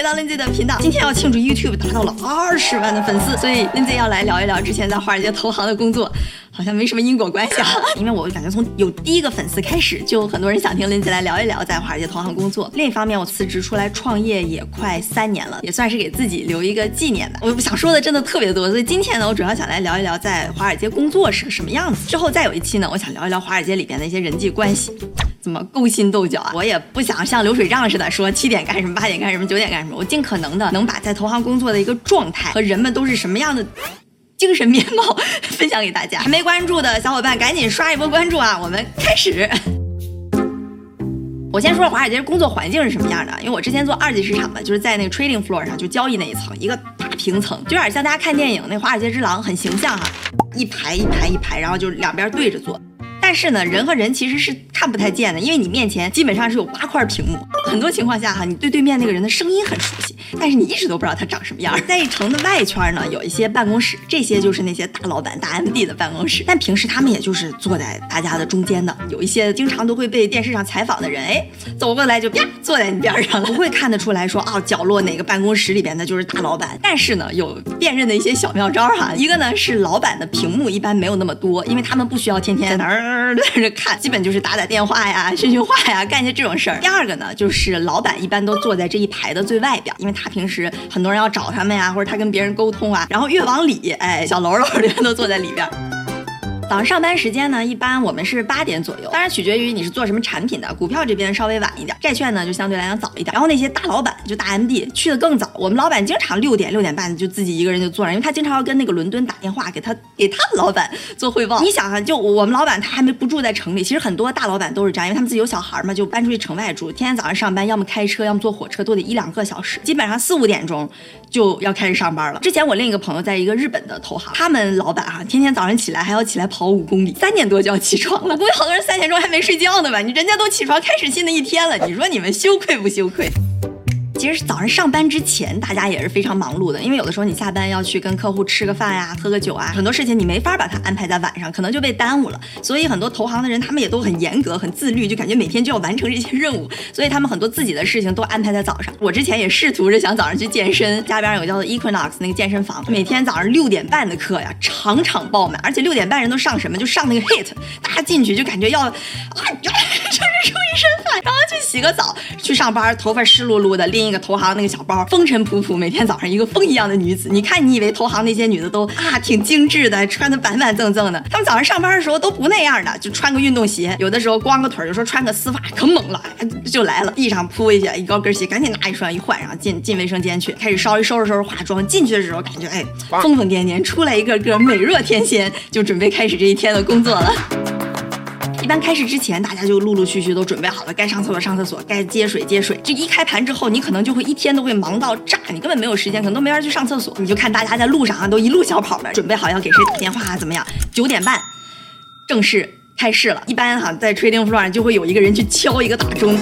到 Lindsay 的频道。今天要庆祝 YouTube 达到了20万的粉丝，所以 Lindsay 要来聊一聊之前在华尔街投行的工作，好像没什么因果关系啊。因为我感觉从有第一个粉丝开始，就很多人想听 Lindsay 来聊一聊在华尔街投行工作。另一方面，我辞职出来创业也快3年了，也算是给自己留一个纪念吧。我想说的真的特别多，所以今天呢，我主要想来聊一聊在华尔街工作是个什么样子。之后再有一期呢，我想聊一聊华尔街里边的一些人际关系。怎么勾心斗角啊？我也不想像流水账似的说7点干什么，8点干什么，9点干什么。我尽可能的能把在投行工作的一个状态和人们都是什么样的精神面貌分享给大家。还没关注的小伙伴赶紧刷一波关注啊！我们开始。我先说华尔街工作环境是什么样的，因为我之前做2级市场的，就是在那个 trading floor 上，就交易那一层，一个大平层，就有点像大家看电影那华尔街之狼，很形象哈，一排一排一排，然后就两边对着坐。但是呢，人和人其实是看不太见的，因为你面前基本上是有8块屏幕，很多情况下哈，你对面那个人的声音很熟悉，但是你一直都不知道他长什么样。在一层的外圈呢，有一些办公室，这些就是那些大老板、大 MD 的办公室，但平时他们也就是坐在大家的中间的。有一些经常都会被电视上采访的人，走过来就啪坐在你边上了，不会看得出来说角落哪个办公室里边的就是大老板。但是呢，有辨认的一些小妙招哈。一个呢是老板的屏幕一般没有那么多，因为他们不需要天天在那儿在这看，基本就是打电话呀、训话呀，干一些这种事儿。第二个呢，就是老板一般都坐在这一排的最外边，因为他平时很多人要找他们呀，或者他跟别人沟通啊，然后越往里，小喽啰里面都坐在里边。早上上班时间呢，一般我们是8点左右，当然取决于你是做什么产品的。股票这边稍微晚一点，债券呢就相对来讲早一点。然后那些大老板就大 MD 去的更早，我们老板经常6点6点半就自己一个人就坐上，因为他经常要跟那个伦敦打电话给他的老板做汇报。你想啊，就我们老板他还不住在城里，其实很多大老板都是这样，因为他们自己有小孩嘛，就搬出去城外住，天天早上上班，要么开车，要么坐火车，都得1-2个小时，基本上4、5点钟就要开始上班了。之前我另一个朋友在一个日本的投行，他们老板天天早上起来还要起来跑5公里，3点多就要起床了。估计好多人3点钟还没睡觉呢吧？人家都起床开始新的一天了，你说你们羞愧不羞愧？其实早上上班之前，大家也是非常忙碌的，因为有的时候你下班要去跟客户吃个饭呀、喝个酒啊，很多事情你没法把它安排在晚上，可能就被耽误了。所以很多投行的人，他们也都很严格、很自律，就感觉每天就要完成这些任务，所以他们很多自己的事情都安排在早上。我之前也试图着想早上去健身，家边有个叫做 Equinox 那个健身房，每天早上6点半的课呀，场场爆满，而且6点半人都上什么？就上那个 HIIT， 大家进去就感觉要就是出一身汗，然后去洗个澡，去上班，头发湿漉漉的，拎一个投行那个小包，风尘仆仆，每天早上一个风一样的女子。你看，你以为投行那些女的都挺精致的，穿的板板正正的，她们早上上班的时候都不那样的，就穿个运动鞋，有的时候光个腿，有时候穿个丝袜，可猛了，就来了，地上铺一下一高跟鞋，赶紧拿一双一换，然后进卫生间去，开始收拾化妆。进去的时候感觉疯疯癫癫，出来一个个美若天仙，就准备开始这一天的工作了。一般开市之前，大家就陆陆续续都准备好了，该上厕所上厕所，该接水接水。这一开盘之后，你可能就会一天都会忙到炸，你根本没有时间，可能都没法去上厕所。你就看大家在路上都一路小跑的，准备好要给谁打电话怎么样。9点半正式开市了，一般在 trading floor 上就会有一个人去敲一个大钟，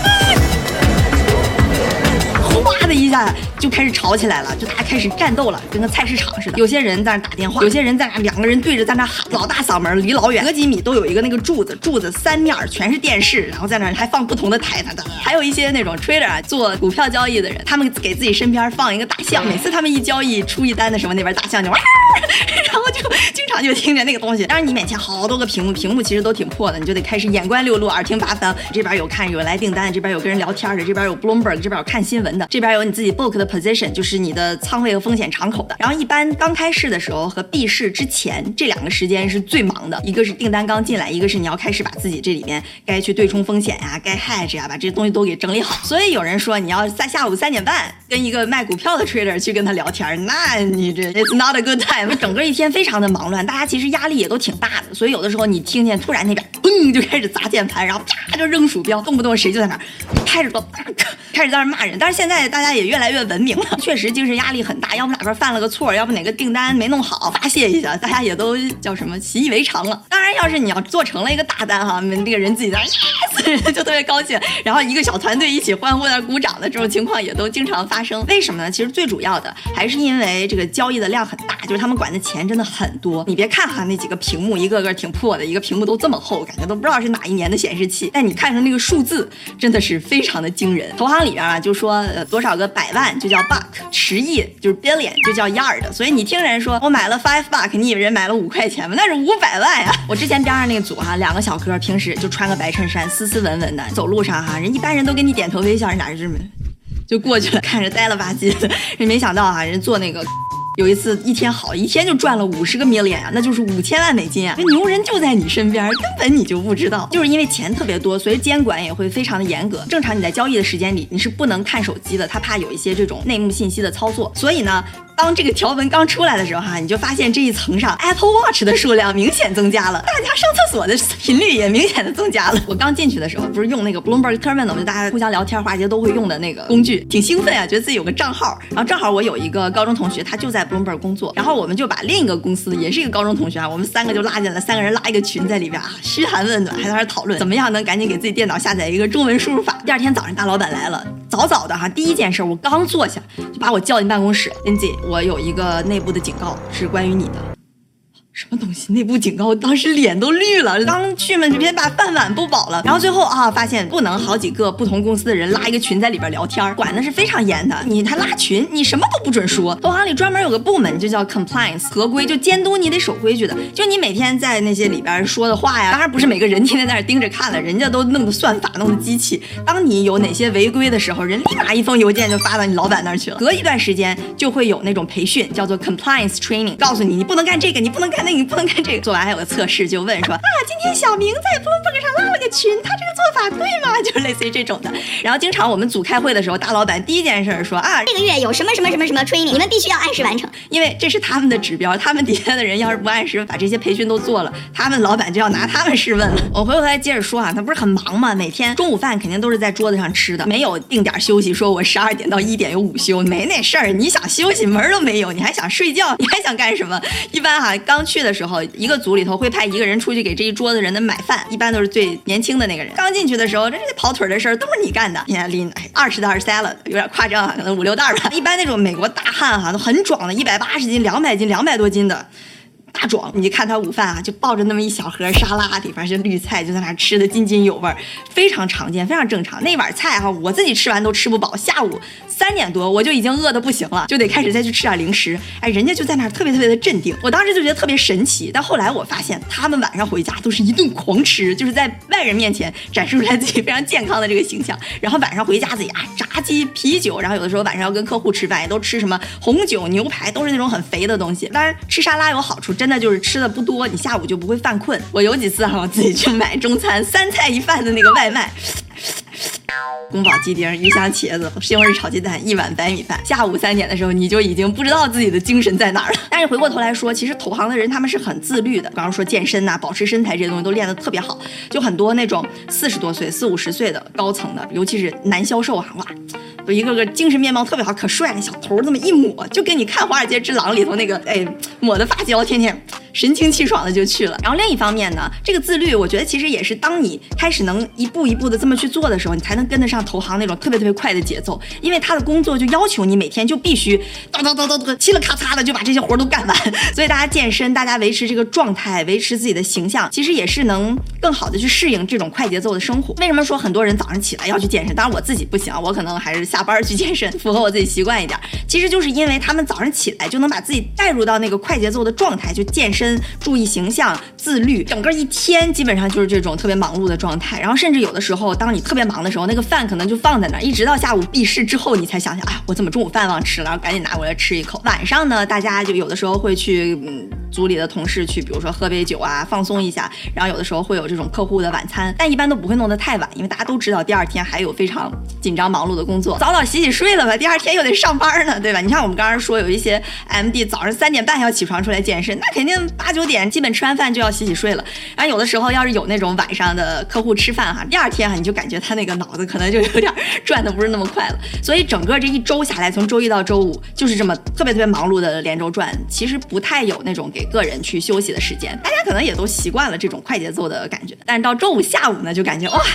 哗的一下就开始吵起来了，就大家开始战斗了，跟个菜市场似的。有些人在那打电话，有些人在那2个人对着在那喊，老大嗓门，离老远，隔几米都有一个那个柱子3面全是电视，然后在那还放不同的台。还有一些那种 trader 做股票交易的人，他们给自己身边放一个大象，每次他们一交易出一单的时候，那边大象就然后就经常就听见那个东西。当然你面前好多个屏幕其实都挺破的，你就得开始眼观六路，耳听八方。这边有看有来订单，这边有跟人聊天的，这边有 Bloomberg， 这边有看新闻的，这边有你自己 book 的 position， 就是你的仓位和风险敞口的。然后一般刚开市的时候和闭市之前这2个时间是最忙的，一个是订单刚进来，一个是你要开始把自己这里面该去对冲风险呀、该 hedge 呀，把这些东西都给整理好。所以有人说你要在下午3点半跟一个卖股票的 trader 去跟他聊天，那你这 it's not a good time。整个一天非常的忙乱，大家其实压力也都挺大的，所以有的时候你听见突然那边嘣就开始砸键盘，然后啪就扔鼠标，动不动谁就在那儿开始在那儿骂人。但是现在大家也越来越文明了，确实精神压力很大，要不哪块犯了个错，要不哪个订单没弄好，发泄一下，大家也都叫什么习以为常了。当然要是你要做成了一个大单那个人自己在那yes 就特别高兴，然后一个小团队一起欢呼在鼓掌的这种情况也都经常发生。为什么呢？其实最主要的还是因为这个交易的量很大，就是他他们管的钱真的很多。你别看哈那几个屏幕一个个挺破的，一个屏幕都这么厚，感觉都不知道是哪一年的显示器，但你看成那个数字真的是非常的惊人。投行里边啊就说多少个100万就叫 buck，10亿就是 billion 就叫 yard， 所以你听人说我买了5 buck， 你以为人买了5块钱吗？那是500万呀！我之前边上那个组哈，2个小哥平时就穿个白衬衫，斯斯文文的，走路上哈，人一般人都跟你点头微笑，人俩是就过去了，看着呆了吧唧的。人没想到哈，人做那个。有一次一天就赚了50个 million 啊，那就是5000万美金啊！这牛人就在你身边，根本你就不知道。就是因为钱特别多，所以监管也会非常的严格。正常你在交易的时间里，你是不能看手机的，他怕有一些这种内幕信息的操作。所以呢，当这个条文刚出来的时候哈，你就发现这一层上 Apple Watch 的数量明显增加了，大家上厕所的频率也明显的增加了。我刚进去的时候不是用那个 Bloomberg Terminal， 就大家互相聊天，华尔街都会用的那个工具，挺兴奋啊，觉得自己有个账号。然后正好我有一个高中同学，他就在 Bloomberg 工作，然后我们就把另一个公司也是一个高中同学啊，我们3个就拉进来，3个人拉一个群在里边啊，嘘寒问暖，还在那讨论怎么样能赶紧给自己电脑下载一个中文输入法。第二天早上大老板来了，早的哈，第一件事我刚坐下就把我叫进办公室 ，Lindsay， 我有一个内部的警告是关于你的。什么东西？内部警告！我当时脸都绿了。刚去嘛，就别把饭碗不保了。然后最后啊，发现不能好几个不同公司的人拉一个群在里边聊天，管的是非常严的。他拉群，你什么都不准说。投行里专门有个部门，就叫 compliance 合规，就监督你得守规矩的。就你每天在那些里边说的话呀，当然不是每个人天天在那盯着看了，人家都弄的算法，弄的机器。当你有哪些违规的时候，人立马一封邮件就发到你老板那儿去了。隔一段时间就会有那种培训，叫做 compliance training， 告诉你你不能干这个，你不能干那个，你不能干这个。做完还有个测试，就问说啊，今天小明在 Bloomberg 上拉了个群，他这个做法对吗？就类似于这种的。然后经常我们组开会的时候，大老板第一件事说啊， 这个月有什么 training， 你们必须要按时完成， 因为这是他们的指标，他们底下的人要是不按时把这些培训都做了，他们老板就要拿他们试问了。我回头来接着说啊，他不是很忙吗？每天中午饭肯定都是在桌子上吃的，没有定点休息，说我12点到1点有午休，没那事儿。你想休息门都没有，你还想睡觉，你还想干什么？一般哈，刚去的时候，一个组里头会派一个人出去给这一桌子人的买饭，一般都是最年轻的那个人。刚进去的时候，这跑腿的事儿都是你干的。现在拎20袋 salad， 有点夸张啊，可能5、6袋吧。一般那种美国大汉哈都很壮的，180斤、200斤、200多斤的。大壮，你看他午饭啊，就抱着那么一小盒沙拉，里边是绿菜，就在那吃的津津有味，非常常见，非常正常。那碗菜哈，我自己吃完都吃不饱，下午3点多我就已经饿得不行了，就得开始再去吃点零食。哎，人家就在那儿特别的镇定，我当时就觉得特别神奇。但后来我发现，他们晚上回家都是一顿狂吃，就是在外人面前展示出来自己非常健康的这个形象。然后晚上回家自己啊，炸鸡、啤酒，然后有的时候晚上要跟客户吃饭，也都吃什么红酒、牛排，都是那种很肥的东西。当然吃沙拉有好处，真的就是吃的不多，你下午就不会犯困。我有几次哈，我自己去买中餐3菜1饭的那个外卖。宫保鸡丁、鱼香茄子、西红柿炒鸡蛋、1碗白米饭。下午3点的时候，你就已经不知道自己的精神在哪儿了。但是回过头来说，其实投行的人他们是很自律的。比方说健身呐、保持身材这些东西都练得特别好。就很多那种40多岁、40、50岁的高层的，尤其是男销售啊，哇，都一个个精神面貌特别好，可帅了，小头这么一抹，就跟你看《华尔街之狼》里头那个抹的发胶，天天神清气爽的就去了。然后另一方面呢，这个自律，我觉得其实也是当你开始能一步一步的这么去做的时候，你才能跟得上投行那种特别快的节奏。因为他的工作就要求你每天就必须叨嘁了咔嚓的就把这些活都干完。所以大家健身，大家维持这个状态，维持自己的形象，其实也是能更好的去适应这种快节奏的生活。为什么说很多人早上起来要去健身？当然我自己不行，我可能还是下班去健身，符合我自己习惯一点。其实就是因为他们早上起来就能把自己带入到那个快节奏的状态，就健身、注意形象、自律，整个一天基本上就是这种特别忙碌的状态。然后甚至有的时候，当你特别忙的时候，那个饭可能就放在那儿，一直到下午闭市之后，你才想想，啊，我怎么中午饭忘吃了，然后赶紧拿过来吃一口。晚上呢，大家就有的时候会去组里的同事去，比如说喝杯酒啊，放松一下。然后有的时候会有这种客户的晚餐，但一般都不会弄得太晚，因为大家都知道第二天还有非常紧张忙碌的工作，早早洗睡了吧，第二天又得上班呢，对吧？你像我们刚刚说有一些 MD 早上3点半要起床出来健身，那肯定8、9点基本吃完饭就要洗睡了。然后有的时候要是有那种晚上的客户吃饭哈，第二天你就感觉他那个脑子可能就有点转的不是那么快了。所以整个这一周下来，从周一到周五就是这么特别忙碌的连轴转，其实不太有那种给个人去休息的时间。大家可能也都习惯了这种快节奏的感觉，但是到周五下午呢，就感觉哇，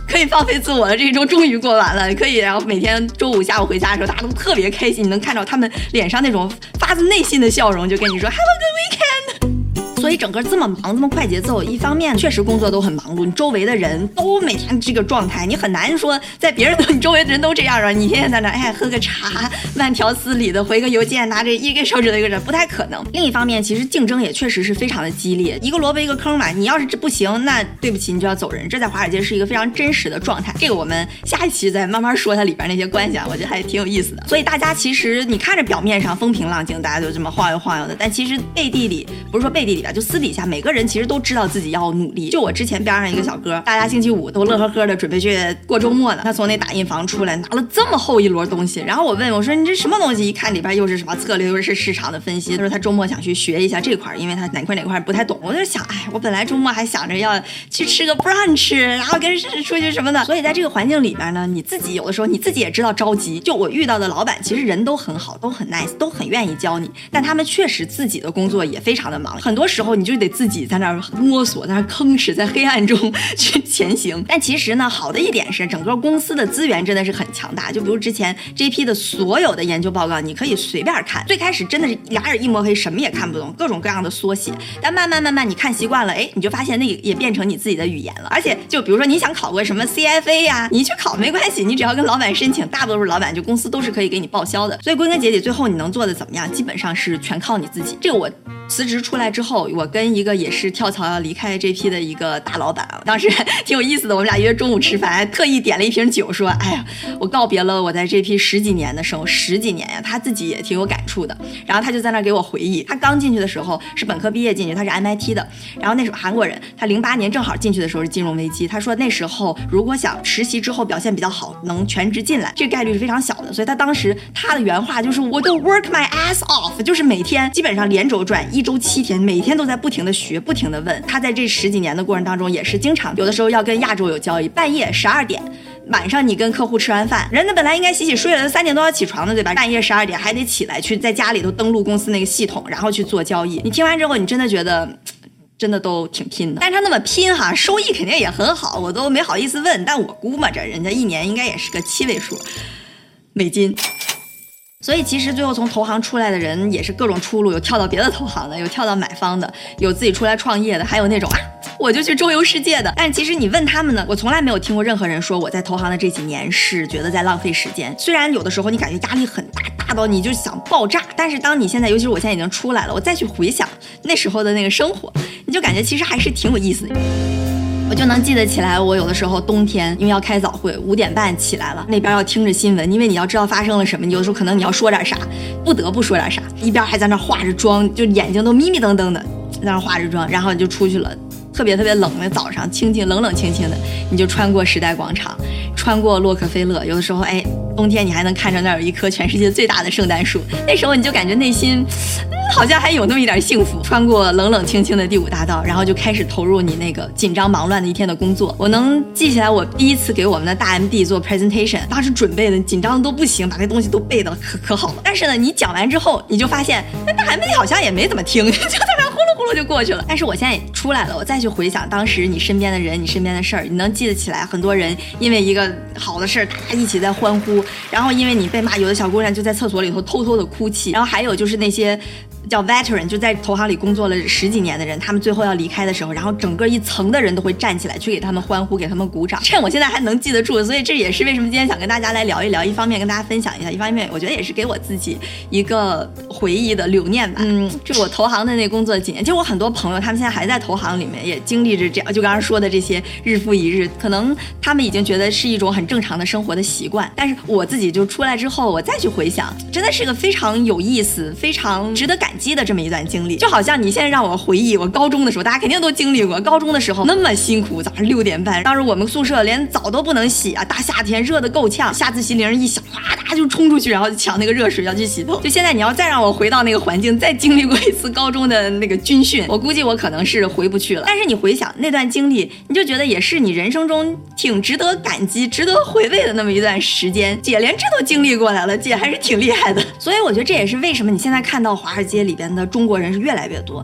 可以放飞自我的这一周终于过完了，可以，然后每天周五下午回家的时候，大家都特别开心，你能看到他们脸上那种发自内心的笑容，就跟你说 Have a good weekend。所以整个这么忙这么快节奏，一方面确实工作都很忙碌，你周围的人都每天这个状态，你很难说在别人你周围的人都这样啊，你天天在那喝个茶，慢条斯理的回个邮件，拿着一个手指头一个人，不太可能。另一方面，其实竞争也确实是非常的激烈，一个萝卜一个坑嘛，你要是这不行，那对不起你就要走人，这在华尔街是一个非常真实的状态。这个我们下一期再慢慢说它里边那些关系啊，我觉得还挺有意思的。所以大家其实你看着表面上风平浪静，大家就这么晃悠晃悠的，但其实背地里，不是说背地里吧，就私底下每个人其实都知道自己要努力。就我之前边上一个小哥，大家星期五都乐呵呵的准备去过周末呢，他从那打印房出来拿了这么厚一摞东西，然后我问我说你这什么东西，一看里边又是什么策略又是市场的分析，他说他周末想去学一下这块，因为他哪块不太懂。我就想我本来周末还想着要去吃个 brunch， 然后跟出去什么的，所以在这个环境里边呢，你自己有的时候你自己也知道着急。就我遇到的老板其实人都很好，都很 nice， 都很愿意教你，但他们确实自己的工作也非常的忙，很多时候你就得自己在那儿摸索，在那儿吭哧，在黑暗中去前行。但其实呢，好的一点是整个公司的资源真的是很强大，就比如之前 JP 的所有的研究报告你可以随便看，最开始真的是俩眼一抹黑，什么也看不懂，各种各样的缩写，但慢慢你看习惯了，你就发现那也变成你自己的语言了。而且就比如说你想考个什么 CFA 呀，你去考没关系，你只要跟老板申请，大多数老板就公司都是可以给你报销的。所以归根结底最后你能做的怎么样，基本上是全靠你自己。这个我辞职出来之后，我跟一个也是跳槽要离开 JP 的一个大老板，当时挺有意思的，我们俩约中午吃饭，还特意点了一瓶酒，说我告别了我在 JP 十几年的生活，10几年呀，他自己也挺有感触的。然后他就在那给我回忆，他刚进去的时候是本科毕业进去，他是 MIT 的，然后那时候韩国人，他08年正好进去的时候是金融危机，他说那时候如果想实习之后表现比较好，能全职进来，这个概率是非常小的。所以他当时他的原话就是我就 work my ass off， 就是每天基本上连轴转，1周7天，每天都在不停的学，不停的问。他在这10几年的过程当中也是经常有的时候要跟亚洲有交易，半夜12点晚上你跟客户吃完饭，人家本来应该洗洗睡了，3点多要起床的对吧，半夜12点还得起来去在家里头登录公司那个系统，然后去做交易。你听完之后你真的觉得真的都挺拼的，但是他那么拼哈，收益肯定也很好，我都没好意思问，但我估摸着人家1年应该也是个7位数美金。所以其实最后从投行出来的人也是各种出路，有跳到别的投行的，有跳到买方的，有自己出来创业的，还有那种我就去周游世界的。但其实你问他们呢，我从来没有听过任何人说我在投行的这几年是觉得在浪费时间。虽然有的时候你感觉压力很大，大到你就想爆炸，但是当你现在，尤其是我现在已经出来了，我再去回想那时候的那个生活，你就感觉其实还是挺有意思的。我就能记得起来，我有的时候冬天因为要开早会，5点半起来了，那边要听着新闻，因为你要知道发生了什么，你有的时候可能你要说点啥，不得不说点啥，一边还在那化着妆，就眼睛都眯眯瞪瞪的在那化着妆，然后你就出去了。特别冷的早上，冷清清的，你就穿过时代广场，穿过洛克菲勒，有的时候冬天你还能看着那儿有一棵全世界最大的圣诞树，那时候你就感觉内心好像还有那么一点幸福。穿过冷清清的第5大道，然后就开始投入你那个紧张忙乱的一天的工作。我能记起来我第一次给我们的大 MD 做 presentation， 当时准备的紧张的都不行，把那东西都背的可好了。但是呢，你讲完之后你就发现那大 MD 好像也没怎么听，就在那呼噜呼噜就过去了。但是我现在也出来了，我再去回想当时你身边的人，你身边的事儿，你能记得起来很多人因为一个好的事儿大家一起在欢呼，然后因为你被骂，有的小姑娘就在厕所里头偷偷的哭泣，然后还有就是那些叫 veteran， 就在投行里工作了10几年的人，他们最后要离开的时候，然后整个一层的人都会站起来去给他们欢呼，给他们鼓掌，这我现在还能记得住。所以这也是为什么今天想跟大家来聊一聊，一方面跟大家分享一下，一方面我觉得也是给我自己一个回忆的留念吧。这我投行的那工作几年，其实我很多朋友他们现在还在投行里面，也经历着这样就刚刚说的这些日复一日，可能他们已经觉得是一种很正常的生活的习惯，但是我自己就出来之后，我再去回想，真的是个非常有意思非常值得感激的这么一段经历。就好像你现在让我回忆我高中的时候，大家肯定都经历过，高中的时候那么辛苦，早上6点半，当时我们宿舍连澡都不能洗啊，大夏天热得够呛，下自习铃一响，哗大家就冲出去，然后就抢那个热水要去洗头。就现在你要再让我回到那个环境，再经历过一次高中的那个军训，我估计我可能是回不去了。但是你回想那段经历，你就觉得也是你人生中挺值得感激值得回味的那么一段时间。姐连这都经历过来了，姐还是挺厉害的。所以我觉得这也是为什么你现在看到华尔街里边的中国人是越来越多，大家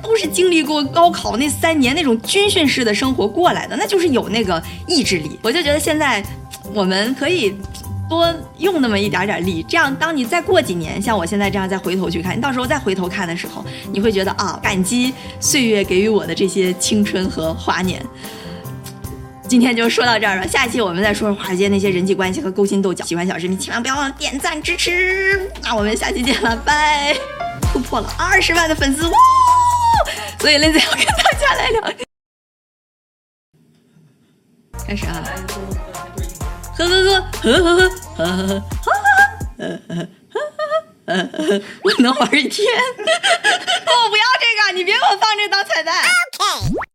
都是经历过高考那3年那种军训式的生活过来的，那就是有那个意志力。我就觉得现在我们可以多用那么一点点力，这样当你再过几年，像我现在这样再回头去看，你到时候再回头看的时候，你会觉得啊，感激岁月给予我的这些青春和华年。今天就说到这儿了，下一期我们再说华尔街那些人际关系和勾心斗角。喜欢小视频千万不要忘了点赞支持，那我们下期见了，拜！突破了20万的粉丝，哇！所以 Lindsay 要跟大家来聊，开始啊，喝，我能玩一天，我不要这个，你别给我放这当彩蛋。